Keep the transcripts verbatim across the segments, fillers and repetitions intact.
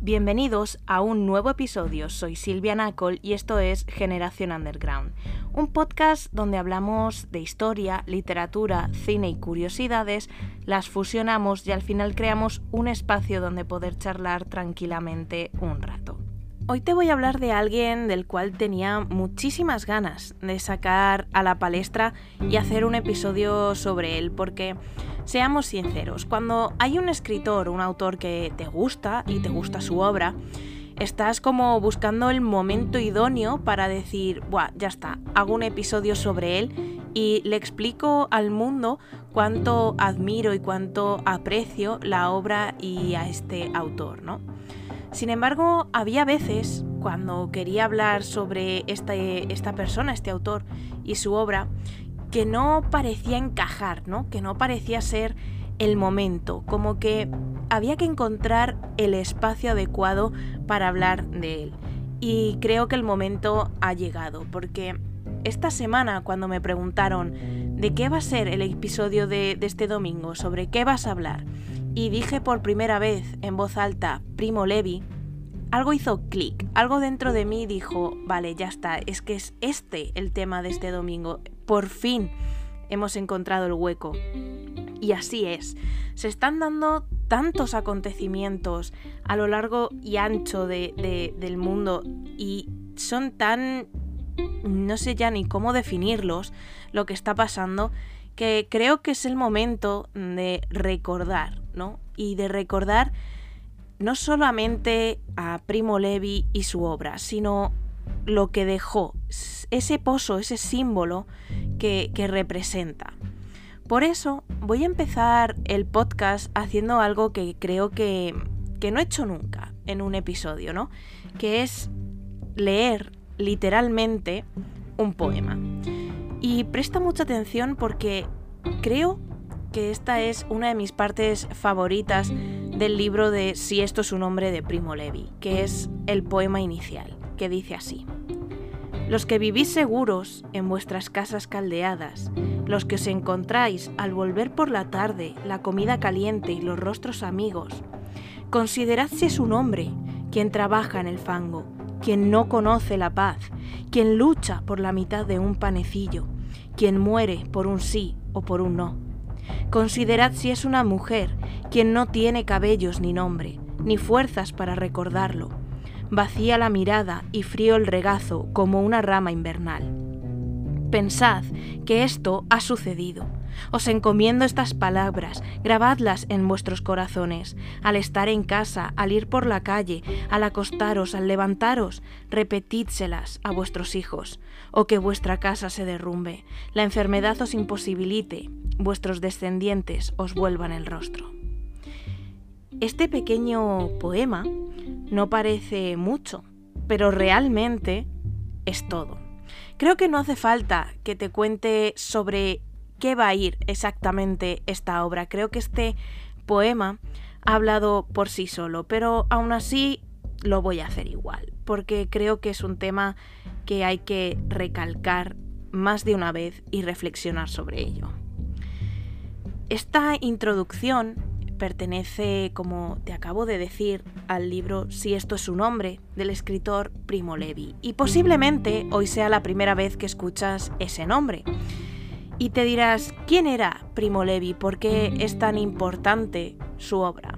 Bienvenidos a un nuevo episodio, soy Silvia Nacol y esto es Generación Underground, un podcast donde hablamos de historia, literatura, cine y curiosidades, las fusionamos y al final creamos un espacio donde poder charlar tranquilamente un rato. Hoy te voy a hablar de alguien del cual tenía muchísimas ganas de sacar a la palestra y hacer un episodio sobre él, porque seamos sinceros, cuando hay un escritor, un autor que te gusta y te gusta su obra, estás como buscando el momento idóneo para decir, buah, ya está, hago un episodio sobre él y le explico al mundo cuánto admiro y cuánto aprecio la obra y a este autor, ¿no? Sin embargo, había veces, cuando quería hablar sobre este, esta persona, este autor y su obra, que no parecía encajar, ¿no? Que no parecía ser el momento, como que había que encontrar el espacio adecuado para hablar de él. Y creo que el momento ha llegado, porque esta semana, cuando me preguntaron de qué va a ser el episodio de, de este domingo, sobre qué vas a hablar, y dije por primera vez en voz alta Primo Levi, algo hizo clic, algo dentro de mí dijo, vale, ya está, es que es este el tema de este domingo, por fin hemos encontrado el hueco. Y así es, se están dando tantos acontecimientos a lo largo y ancho de, de, del mundo y son tan, no sé ya ni cómo definirlos, lo que está pasando, que creo que es el momento de recordar, ¿no? Y de recordar no solamente a Primo Levi y su obra, sino lo que dejó, ese pozo, ese símbolo que, que representa. Por eso voy a empezar el podcast haciendo algo que creo que, que no he hecho nunca en un episodio, ¿no? Que es leer literalmente un poema. Y presta mucha atención porque creo que esta es una de mis partes favoritas del libro de Si esto es un hombre de Primo Levi, que es el poema inicial, que dice así: Los que vivís seguros en vuestras casas caldeadas, los que os encontráis al volver por la tarde la comida caliente y los rostros amigos, considerad si es un hombre quien trabaja en el fango, quien no conoce la paz, quien lucha por la mitad de un panecillo, quien muere por un sí o por un no. Considerad si es una mujer quien no tiene cabellos ni nombre, ni fuerzas para recordarlo, vacía la mirada y frío el regazo como una rama invernal. Pensad que esto ha sucedido. Os encomiendo estas palabras, grabadlas en vuestros corazones. Al estar en casa, al ir por la calle, al acostaros, al levantaros, repetídselas a vuestros hijos, o que vuestra casa se derrumbe, la enfermedad os imposibilite, vuestros descendientes os vuelvan el rostro. Este pequeño poema no parece mucho, pero realmente es todo. Creo que no hace falta que te cuente sobre qué va a ir exactamente esta obra. Creo que este poema ha hablado por sí solo, pero aún así lo voy a hacer igual, porque creo que es un tema que hay que recalcar más de una vez y reflexionar sobre ello. Esta introducción pertenece, como te acabo de decir, al libro Si esto es un hombre, del escritor Primo Levi. Y posiblemente hoy sea la primera vez que escuchas ese nombre. Y te dirás, ¿quién era Primo Levi? ¿Por qué es tan importante su obra?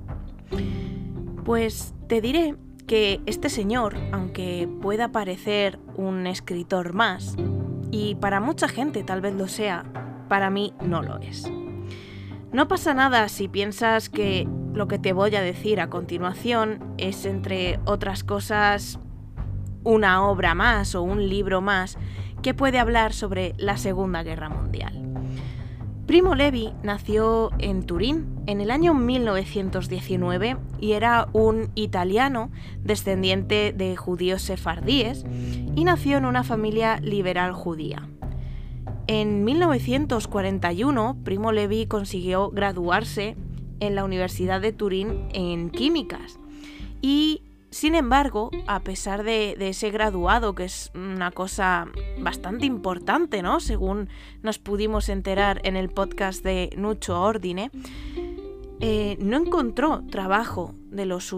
Pues te diré que este señor, aunque pueda parecer un escritor más, y para mucha gente tal vez lo sea, para mí no lo es. No pasa nada si piensas que lo que te voy a decir a continuación es, entre otras cosas, una obra más o un libro más que puede hablar sobre la Segunda Guerra Mundial. Primo Levi nació en Turín en el año mil novecientos diecinueve y era un italiano descendiente de judíos sefardíes y nació en una familia liberal judía. En mil novecientos cuarenta y uno, Primo Levi consiguió graduarse en la Universidad de Turín en químicas y, sin embargo, a pesar de, de ese graduado, que es una cosa bastante importante, ¿no? Según nos pudimos enterar en el podcast de Nuccio Ordine, eh, no encontró trabajo de lo suyo.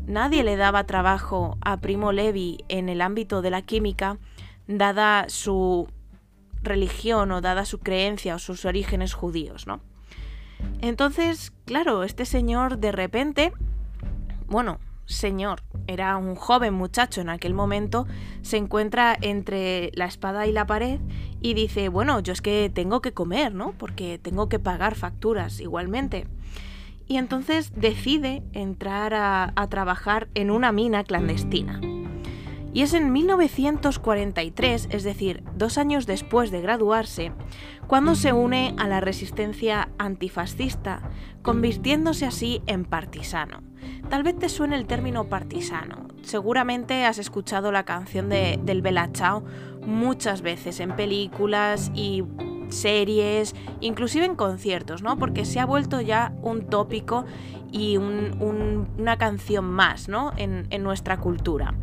nadie le daba trabajo a Primo Levi en el ámbito de la química, dada su religión o dada su creencia o sus orígenes judíos, ¿no? Entonces, claro, este señor de repente, bueno, señor, era un joven muchacho en aquel momento, se encuentra entre la espada y la pared y dice, bueno, yo es que tengo que comer, ¿no? Porque tengo que pagar facturas igualmente. Y entonces decide entrar a, a trabajar en una mina clandestina. Y es en mil novecientos cuarenta y tres, es decir, dos años después de graduarse, cuando se une a la resistencia antifascista, convirtiéndose así en partisano. Tal vez te suene el término partisano. Seguramente has escuchado la canción de, del Bella Ciao muchas veces en películas y series, inclusive en conciertos, ¿no? Porque se ha vuelto ya un tópico y un, un, una canción más, ¿no? en, en nuestra cultura.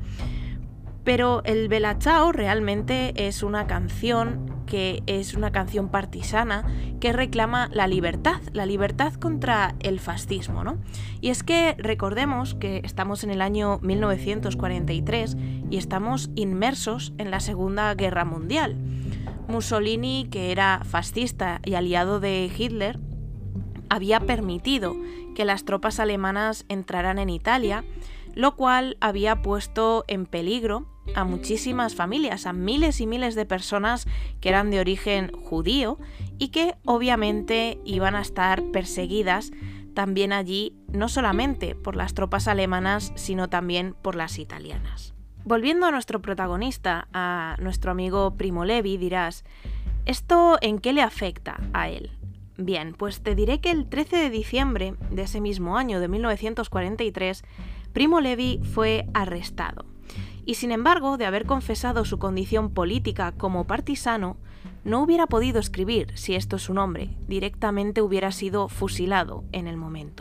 Pero el Bella Ciao realmente es una canción que es una canción partisana que reclama la libertad, la libertad contra el fascismo, ¿no? Y es que recordemos que estamos en el año mil novecientos cuarenta y tres y estamos inmersos en la Segunda Guerra Mundial. Mussolini, que era fascista y aliado de Hitler, había permitido que las tropas alemanas entraran en Italia, lo cual había puesto en peligro a muchísimas familias, a miles y miles de personas que eran de origen judío y que obviamente iban a estar perseguidas también allí, no solamente por las tropas alemanas, sino también por las italianas. Volviendo a nuestro protagonista, a nuestro amigo Primo Levi, dirás, ¿esto en qué le afecta a él? Bien, pues te diré que el trece de diciembre de ese mismo año de mil novecientos cuarenta y tres, Primo Levi fue arrestado. Y sin embargo, de haber confesado su condición política como partisano, no hubiera podido escribir si esto es su nombre, directamente hubiera sido fusilado en el momento.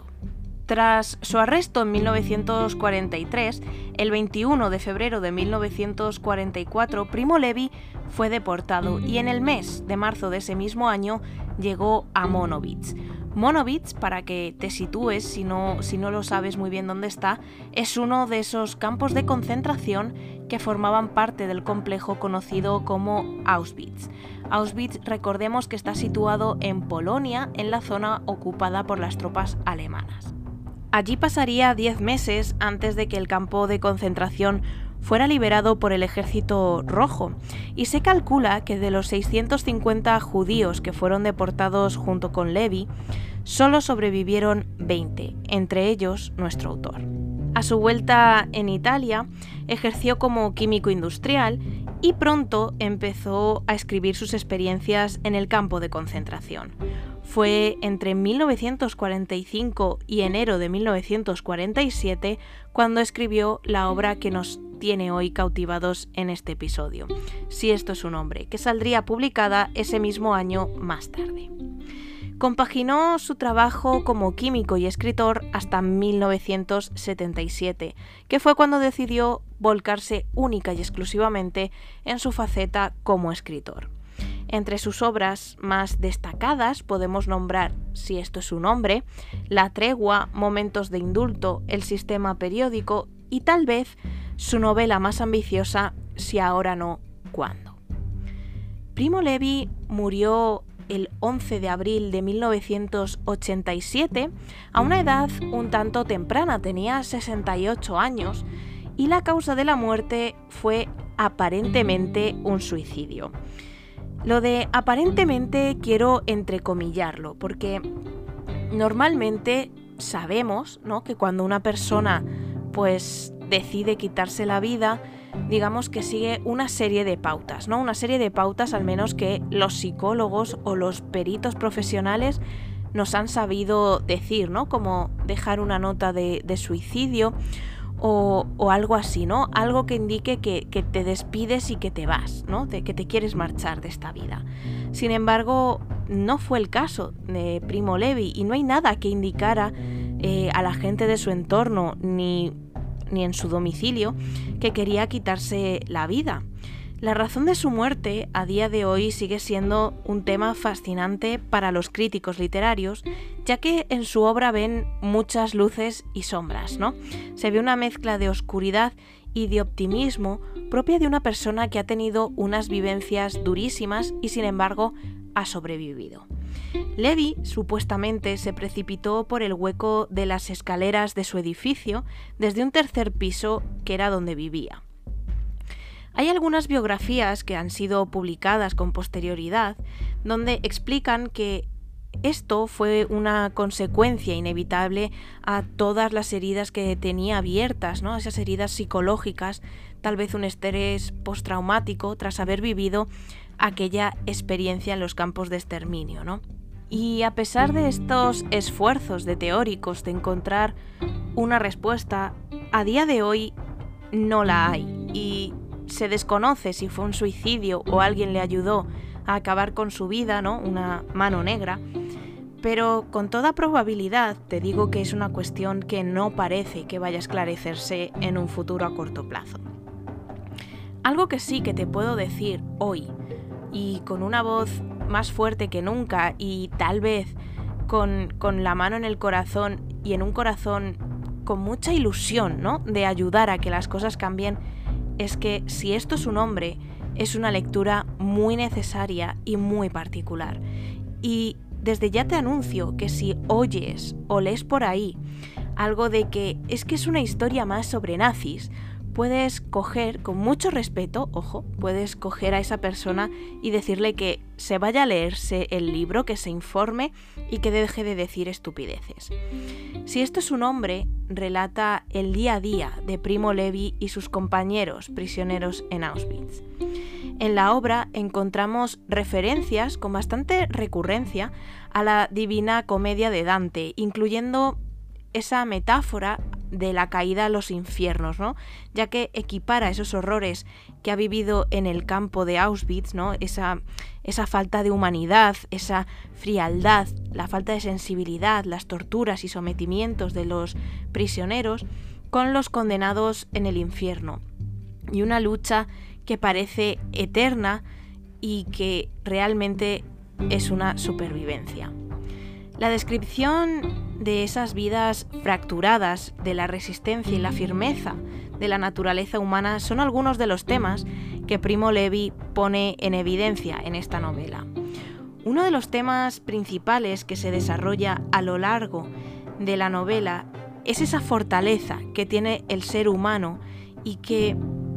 Tras su arresto en mil novecientos cuarenta y tres, el veintiuno de febrero de mil novecientos cuarenta y cuatro, Primo Levi fue deportado y en el mes de marzo de ese mismo año llegó a Monowitz. Monowitz, para que te sitúes si no, si no lo sabes muy bien dónde está, es uno de esos campos de concentración que formaban parte del complejo conocido como Auschwitz. Auschwitz, recordemos que está situado en Polonia, en la zona ocupada por las tropas alemanas. Allí pasaría diez meses antes de que el campo de concentración fuera liberado por el Ejército Rojo, y se calcula que de los seiscientos cincuenta judíos que fueron deportados junto con Levi, solo sobrevivieron veinte, entre ellos nuestro autor. A su vuelta en Italia, ejerció como químico industrial y pronto empezó a escribir sus experiencias en el campo de concentración. Fue entre mil novecientos cuarenta y cinco y enero de mil novecientos cuarenta y siete cuando escribió la obra que nos tiene hoy cautivados en este episodio, Si esto es un hombre, que saldría publicada ese mismo año más tarde. Compaginó su trabajo como químico y escritor hasta mil novecientos setenta y siete, que fue cuando decidió volcarse única y exclusivamente en su faceta como escritor. Entre sus obras más destacadas podemos nombrar Si esto es un hombre, La tregua, Momentos de indulto, El sistema periódico y tal vez su novela más ambiciosa, Si ahora no, ¿cuándo? Primo Levi murió el once de abril de mil novecientos ochenta y siete a una edad un tanto temprana, tenía sesenta y ocho años, y la causa de la muerte fue aparentemente un suicidio. Lo de aparentemente quiero entrecomillarlo, porque normalmente sabemos, ¿no?, que cuando una persona pues decide quitarse la vida, digamos que sigue una serie de pautas, ¿no? Una serie de pautas al menos que los psicólogos o los peritos profesionales nos han sabido decir, ¿no? Como dejar una nota de, de suicidio o, o algo así, ¿no? Algo que indique que, que te despides y que te vas, ¿no? De que te quieres marchar de esta vida. Sin embargo, no fue el caso de Primo Levi y no hay nada que indicara eh, a la gente de su entorno ni ni en su domicilio, que quería quitarse la vida. La razón de su muerte a día de hoy sigue siendo un tema fascinante para los críticos literarios, ya que en su obra ven muchas luces y sombras, ¿no? Se ve una mezcla de oscuridad y de optimismo propia de una persona que ha tenido unas vivencias durísimas y sin embargo ha sobrevivido. Levi supuestamente se precipitó por el hueco de las escaleras de su edificio desde un tercer piso que era donde vivía. Hay algunas biografías que han sido publicadas con posterioridad donde explican que esto fue una consecuencia inevitable a todas las heridas que tenía abiertas, ¿no? Esas heridas psicológicas, tal vez un estrés postraumático tras haber vivido aquella experiencia en los campos de exterminio, ¿no? Y a pesar de estos esfuerzos de teóricos de encontrar una respuesta, a día de hoy no la hay y se desconoce si fue un suicidio o alguien le ayudó a acabar con su vida, ¿no? Una mano negra. Pero con toda probabilidad te digo que es una cuestión que no parece que vaya a esclarecerse en un futuro a corto plazo. Algo que sí que te puedo decir hoy, y con una voz más fuerte que nunca y tal vez con, con la mano en el corazón y en un corazón con mucha ilusión, ¿no? De ayudar a que las cosas cambien, es que si esto es un hombre, es una lectura muy necesaria y muy particular. Y desde ya te anuncio que si oyes o lees por ahí algo de que es que es una historia más sobre nazis, puedes coger, con mucho respeto, ojo, puedes coger a esa persona y decirle que se vaya a leerse el libro, que se informe y que deje de decir estupideces. Si esto es un hombre, relata el día a día de Primo Levi y sus compañeros prisioneros en Auschwitz. En la obra encontramos referencias con bastante recurrencia a la Divina Comedia de Dante, incluyendo esa metáfora de la caída a los infiernos, ¿no? Ya que equipara esos horrores que ha vivido en el campo de Auschwitz, ¿no? Esa, esa falta de humanidad, esa frialdad, la falta de sensibilidad, las torturas y sometimientos de los prisioneros con los condenados en el infierno. Y una lucha que parece eterna y que realmente es una supervivencia. La descripción de esas vidas fracturadas, de la resistencia y la firmeza de la naturaleza humana son algunos de los temas que Primo Levi pone en evidencia en esta novela. Uno de los temas principales que se desarrolla a lo largo de la novela es esa fortaleza que tiene el ser humano y que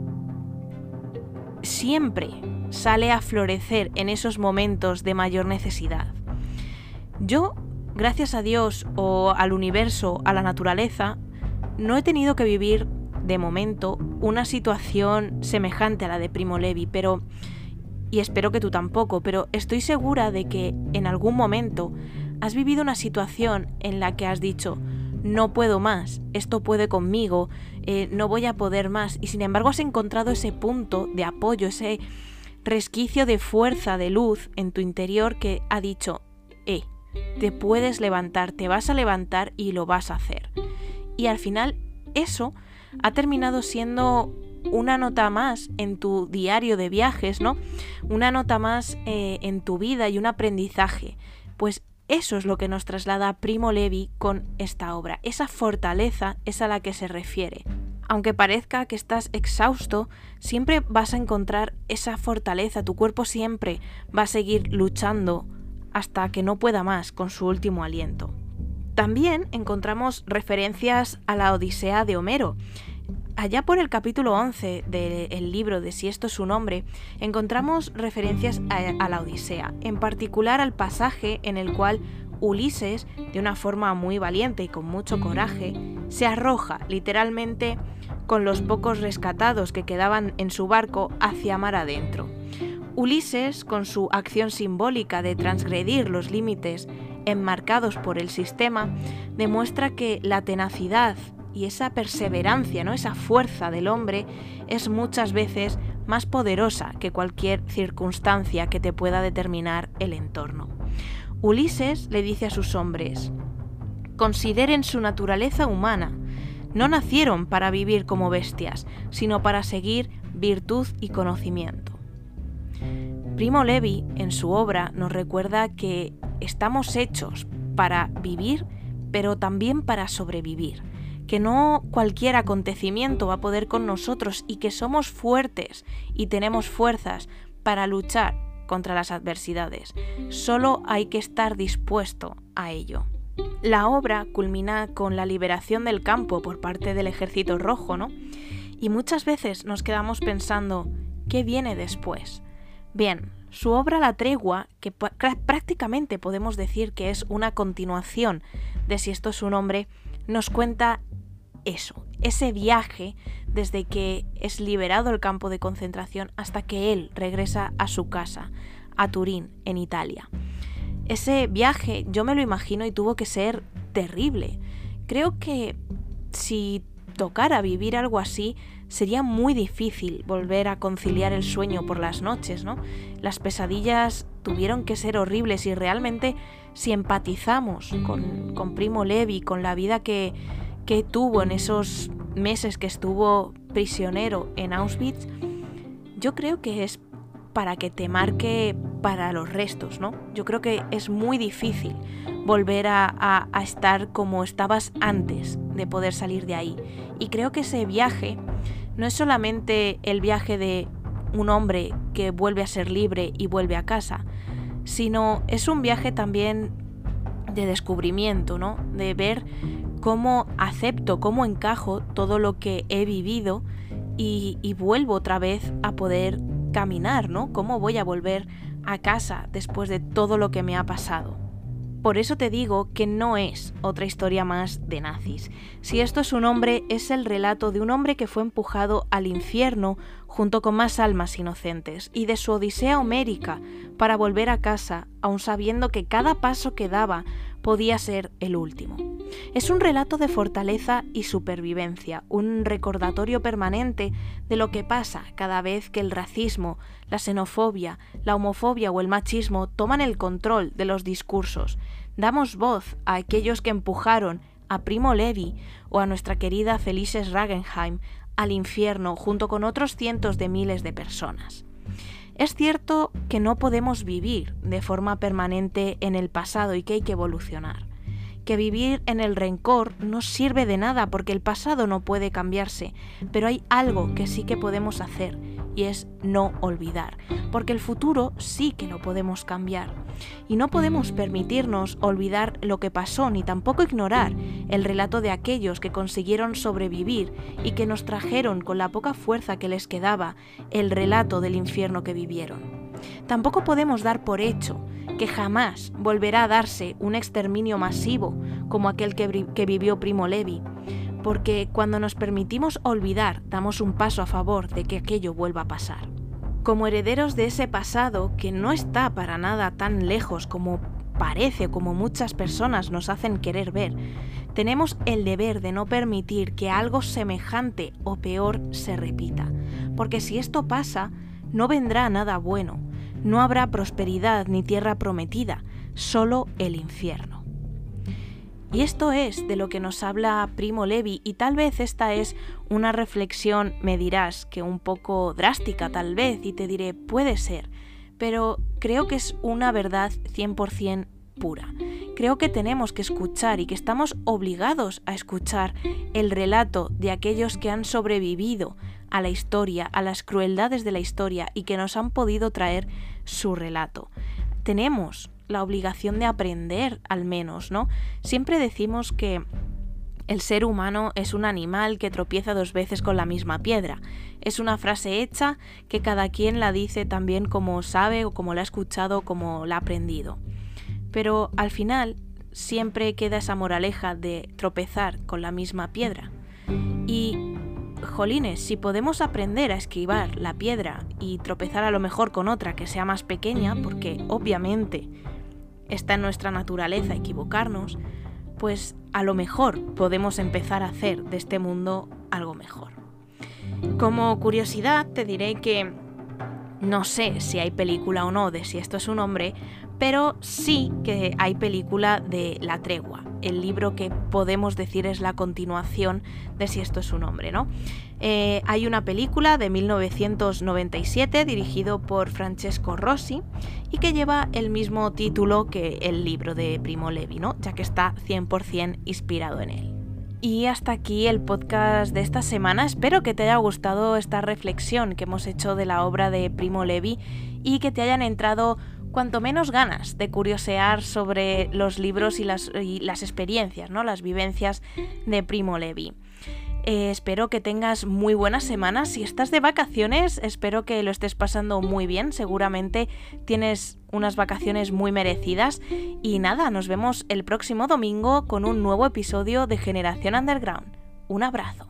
siempre sale a florecer en esos momentos de mayor necesidad. Yo, gracias a Dios o al universo, a la naturaleza, no he tenido que vivir, de momento, una situación semejante a la de Primo Levi, pero, y espero que tú tampoco, pero estoy segura de que en algún momento has vivido una situación en la que has dicho, no puedo más, esto puede conmigo, eh, no voy a poder más, y sin embargo has encontrado ese punto de apoyo, ese resquicio de fuerza, de luz en tu interior que ha dicho, eh, te puedes levantar, te vas a levantar y lo vas a hacer. Y al final eso ha terminado siendo una nota más en tu diario de viajes, ¿no? Una nota más eh, en tu vida y un aprendizaje. Pues eso es lo que nos traslada Primo Levi con esta obra. Esa fortaleza es a la que se refiere. Aunque parezca que estás exhausto, siempre vas a encontrar esa fortaleza. Tu cuerpo siempre va a seguir luchando hasta que no pueda más con su último aliento. También encontramos referencias a la Odisea de Homero. Allá por el capítulo once del libro de Si esto es un hombre, encontramos referencias a, a la Odisea, en particular al pasaje en el cual Ulises, de una forma muy valiente y con mucho coraje, se arroja literalmente con los pocos rescatados que quedaban en su barco hacia mar adentro. Ulises, con su acción simbólica de transgredir los límites enmarcados por el sistema, demuestra que la tenacidad y esa perseverancia, ¿no? Esa fuerza del hombre es muchas veces más poderosa que cualquier circunstancia que te pueda determinar el entorno. Ulises le dice a sus hombres: consideren su naturaleza humana. No nacieron para vivir como bestias, sino para seguir virtud y conocimiento. Primo Levi, en su obra, nos recuerda que estamos hechos para vivir, pero también para sobrevivir. Que no cualquier acontecimiento va a poder con nosotros y que somos fuertes y tenemos fuerzas para luchar contra las adversidades. Solo hay que estar dispuesto a ello. La obra culmina con la liberación del campo por parte del Ejército Rojo, ¿no? Y muchas veces nos quedamos pensando, ¿qué viene después? Bien, su obra La Tregua, que prácticamente podemos decir que es una continuación de Si esto es un hombre, nos cuenta eso, ese viaje desde que es liberado el campo de concentración hasta que él regresa a su casa, a Turín, en Italia. Ese viaje yo me lo imagino y tuvo que ser terrible. Creo que si tocara vivir algo así, sería muy difícil volver a conciliar el sueño por las noches, ¿no? Las pesadillas tuvieron que ser horribles y realmente si empatizamos con, con Primo Levi, con la vida que, que tuvo en esos meses que estuvo prisionero en Auschwitz, yo creo que es para que te marque para los restos, ¿no? Yo creo que es muy difícil volver a, a, a estar como estabas antes de poder salir de ahí. Y creo que ese viaje no es solamente el viaje de un hombre que vuelve a ser libre y vuelve a casa, sino es un viaje también de descubrimiento, ¿no? De ver cómo acepto, cómo encajo todo lo que he vivido y, y vuelvo otra vez a poder caminar, ¿no? ¿Cómo voy a volver a casa después de todo lo que me ha pasado? Por eso te digo que no es otra historia más de nazis. Si esto es un hombre, es el relato de un hombre que fue empujado al infierno junto con más almas inocentes y de su odisea homérica para volver a casa, aun sabiendo que cada paso que daba podía ser el último. Es un relato de fortaleza y supervivencia, un recordatorio permanente de lo que pasa cada vez que el racismo, la xenofobia, la homofobia o el machismo toman el control de los discursos. Damos voz a aquellos que empujaron a Primo Levi o a nuestra querida Felice Ragenheim al infierno junto con otros cientos de miles de personas. Es cierto que no podemos vivir de forma permanente en el pasado y que hay que evolucionar. Que vivir en el rencor no sirve de nada porque el pasado no puede cambiarse, pero hay algo que sí que podemos hacer y es no olvidar, porque el futuro sí que lo podemos cambiar. Y no podemos permitirnos olvidar lo que pasó ni tampoco ignorar el relato de aquellos que consiguieron sobrevivir y que nos trajeron con la poca fuerza que les quedaba el relato del infierno que vivieron. Tampoco podemos dar por hecho que jamás volverá a darse un exterminio masivo como aquel que, que vivió Primo Levi, porque cuando nos permitimos olvidar, damos un paso a favor de que aquello vuelva a pasar. Como herederos de ese pasado que no está para nada tan lejos como parece o como muchas personas nos hacen querer ver, tenemos el deber de no permitir que algo semejante o peor se repita, porque si esto pasa, no vendrá nada bueno. No habrá prosperidad ni tierra prometida, solo el infierno. Y esto es de lo que nos habla Primo Levi, y tal vez esta es una reflexión, me dirás, que un poco drástica tal vez, y te diré, puede ser, pero creo que es una verdad cien por ciento pura. Creo que tenemos que escuchar y que estamos obligados a escuchar el relato de aquellos que han sobrevivido a la historia, a las crueldades de la historia y que nos han podido traer su relato. Tenemos la obligación de aprender, al menos, ¿no? Siempre decimos que el ser humano es un animal que tropieza dos veces con la misma piedra. Es una frase hecha que cada quien la dice también como sabe o como la ha escuchado o como la ha aprendido. Pero al final siempre queda esa moraleja de tropezar con la misma piedra. Y jolines, si podemos aprender a esquivar la piedra y tropezar a lo mejor con otra que sea más pequeña, porque obviamente está en nuestra naturaleza equivocarnos, pues a lo mejor podemos empezar a hacer de este mundo algo mejor. Como curiosidad te diré que no sé si hay película o no de Si esto es un hombre, pero sí que hay película de La Tregua, el libro que podemos decir es la continuación de Si esto es su nombre, ¿no? Eh, hay una película de mil novecientos noventa y siete dirigido por Francesco Rosi y que lleva el mismo título que el libro de Primo Levi, ¿no? Ya que está cien por ciento inspirado en él. Y hasta aquí el podcast de esta semana. Espero que te haya gustado esta reflexión que hemos hecho de la obra de Primo Levi y que te hayan entrado cuanto menos ganas de curiosear sobre los libros y las, y las experiencias, ¿no? Las vivencias de Primo Levi. Eh, espero que tengas muy buenas semanas. Si estás de vacaciones, espero que lo estés pasando muy bien. Seguramente tienes unas vacaciones muy merecidas. Y nada, nos vemos el próximo domingo con un nuevo episodio de Generación Underground. Un abrazo.